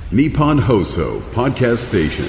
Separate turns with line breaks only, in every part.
Nippon Hoso Podcast Station。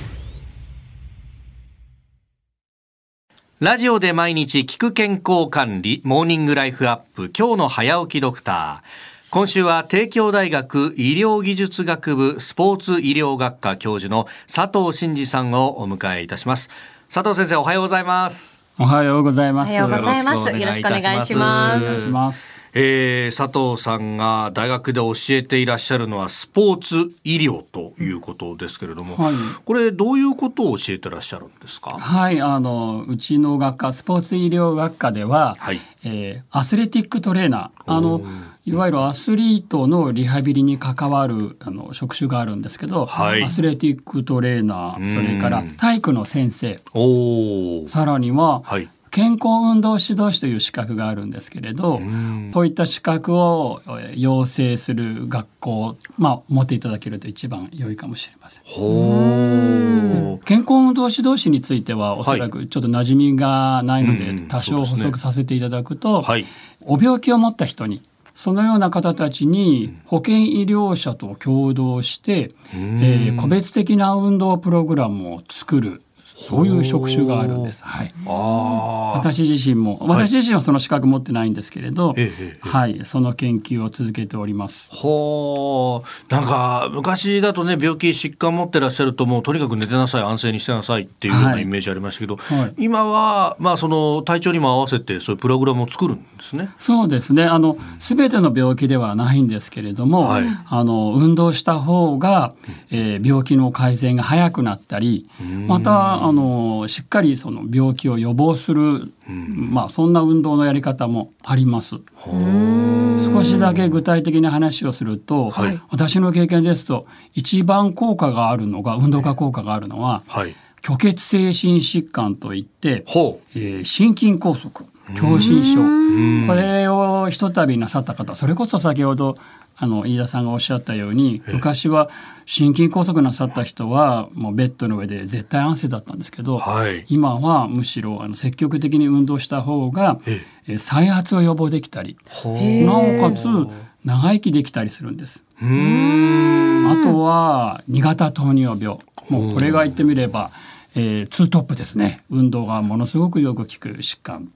ラジオで毎日聞く健康管理モーニングライフアップ、今日の早起きドクター。今週は帝京大学医療技術学部スポーツ医療学科教授の佐藤真嗣さんをお迎えいたします。佐藤先生、おはようございます。
おはようございます。
おはようございます。よろしくお願いします。
お願いします。
佐藤さんが大学で教えていらっしゃるのはスポーツ医療ということですけれども、はい、これどういうことを教えてらっしゃるんですか？
はい、うちの学科スポーツ医療学科では、はい、アスレティックトレーナー、いわゆるアスリートのリハビリに関わる職種があるんですけど、はい、アスレティックトレーナー、それから体育の先生、さらには、はい、健康運動指導士という資格があるんですけれど、そういった資格を養成する学校、持っていただけると一番良いかもしれません。健康運動指導士についてはおそらくちょっと馴染みがないので、多少補足させていただくと、はい、お病気を持った人にそのような方たちに保健医療者と共同して、個別的な運動プログラムを作る、そういう職種があるんです。はい、私自身はその資格持ってないんですけれど、はい、その研究を続けております。
なんか昔だとね、病気疾患持ってらっしゃるともうとにかく寝てなさい、安静にしてなさいっていうようなイメージありましたけど、はい、今は、その体調にも合わせてそういうプログラムを作るんですね。
そうですね、全ての病気ではないんですけれども、はい、運動した方が、病気の改善が早くなったり、またしっかりその病気を予防する、そんな運動のやり方もあります。少しだけ具体的な話をすると、はい、私の経験ですと一番効果があるのが、運動が効果があるのは、はい、虚血性心疾患といって、心筋梗塞、狭心症、これをひとたびなさった方、それこそ先ほど飯田さんがおっしゃったように、昔は心筋梗塞なさった人はもうベッドの上で絶対安静だったんですけど、はい、今はむしろ積極的に運動した方が再発を予防できたり、なおかつ長生きできたりするんです。あとは2型糖尿病、もうこれが言ってみれば、ツートップですね。運動がものすごくよく効く疾患。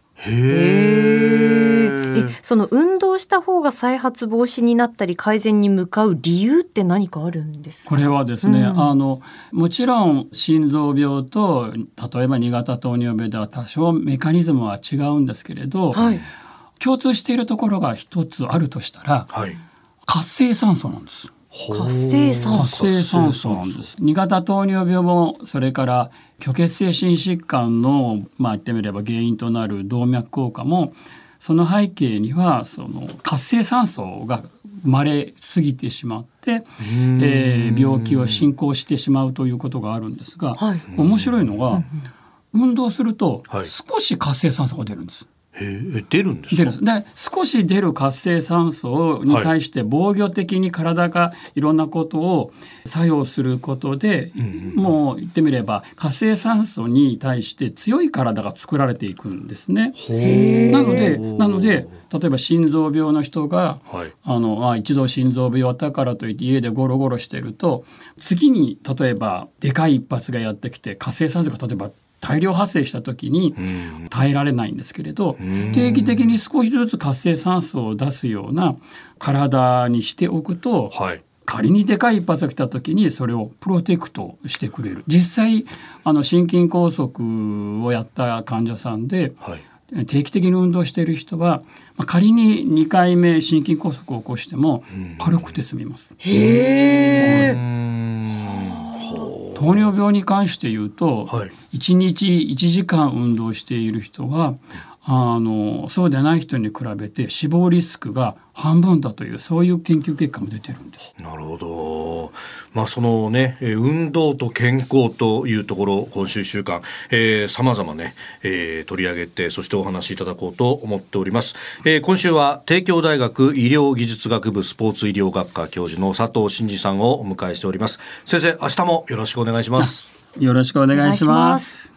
その運動した方が再発防止になったり改善に向かう理由って何かあるんですか？
これはですね、もちろん心臓病と例えば2型糖尿病では多少メカニズムは違うんですけれど、はい、共通しているところが一つあるとしたら、はい、活性酸素なんです。
活性酸
素なんです。2型糖尿病もそれから虚血性心疾患の言ってみれば原因となる動脈硬化も、その背景にはその活性酸素が生まれすぎてしまって、病気を進行してしまうということがあるんですが、はい、面白いのが、運動すると少し活性酸素が出るんです。
出るんですか？
で、少し出る活性酸素に対して防御的に体がいろんなことを作用することで、もう言ってみれば活性酸素に対して強い体が作られていくんですね。なので例えば心臓病の人が、はい、一度心臓病だからといって家でゴロゴロしてると、次に例えばでかい一発がやってきて活性酸素が例えば大量発生した時に耐えられないんですけれど、定期的に少しずつ活性酸素を出すような体にしておくと、はい、仮にでかい一発が来た時にそれをプロテクトしてくれる。実際心筋梗塞をやった患者さんで、はい、定期的に運動している人は、仮に2回目心筋梗塞を起こしても軽くて済みます。糖尿病に関して言うと、はい、1日1時間運動している人はそうでない人に比べて死亡リスクが半分だという、そういう研究結果も出てるんです。
なるほど。そのね、運動と健康というところ、今週1週間様々ね、取り上げて、そしてお話しいただこうと思っております。今週は帝京大学医療技術学部スポーツ医療学科教授の佐藤真嗣さんをお迎えしております。先生、明日もよろしくお願いします。
よろしくお願いします。